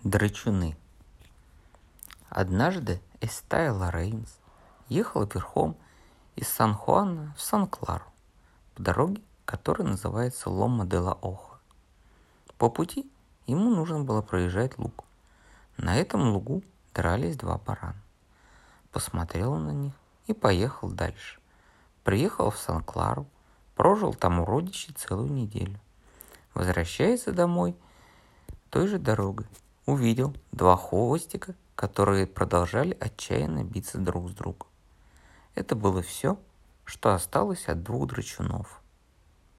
Драчуны. Однажды Эстайла Рейнс ехала верхом из Сан-Хуана в Сан-Клару по дороге, которая называется Лома-де-ла-Оха. По пути ему нужно было проезжать луг. На этом лугу дрались два барана. Посмотрел он на них и поехал дальше. Приехал в Сан-Клару, прожил там у родичей целую неделю. Возвращается домой той же дорогой. Увидел два хвостика, которые продолжали отчаянно биться друг с другом. Это было все, что осталось от двух драчунов.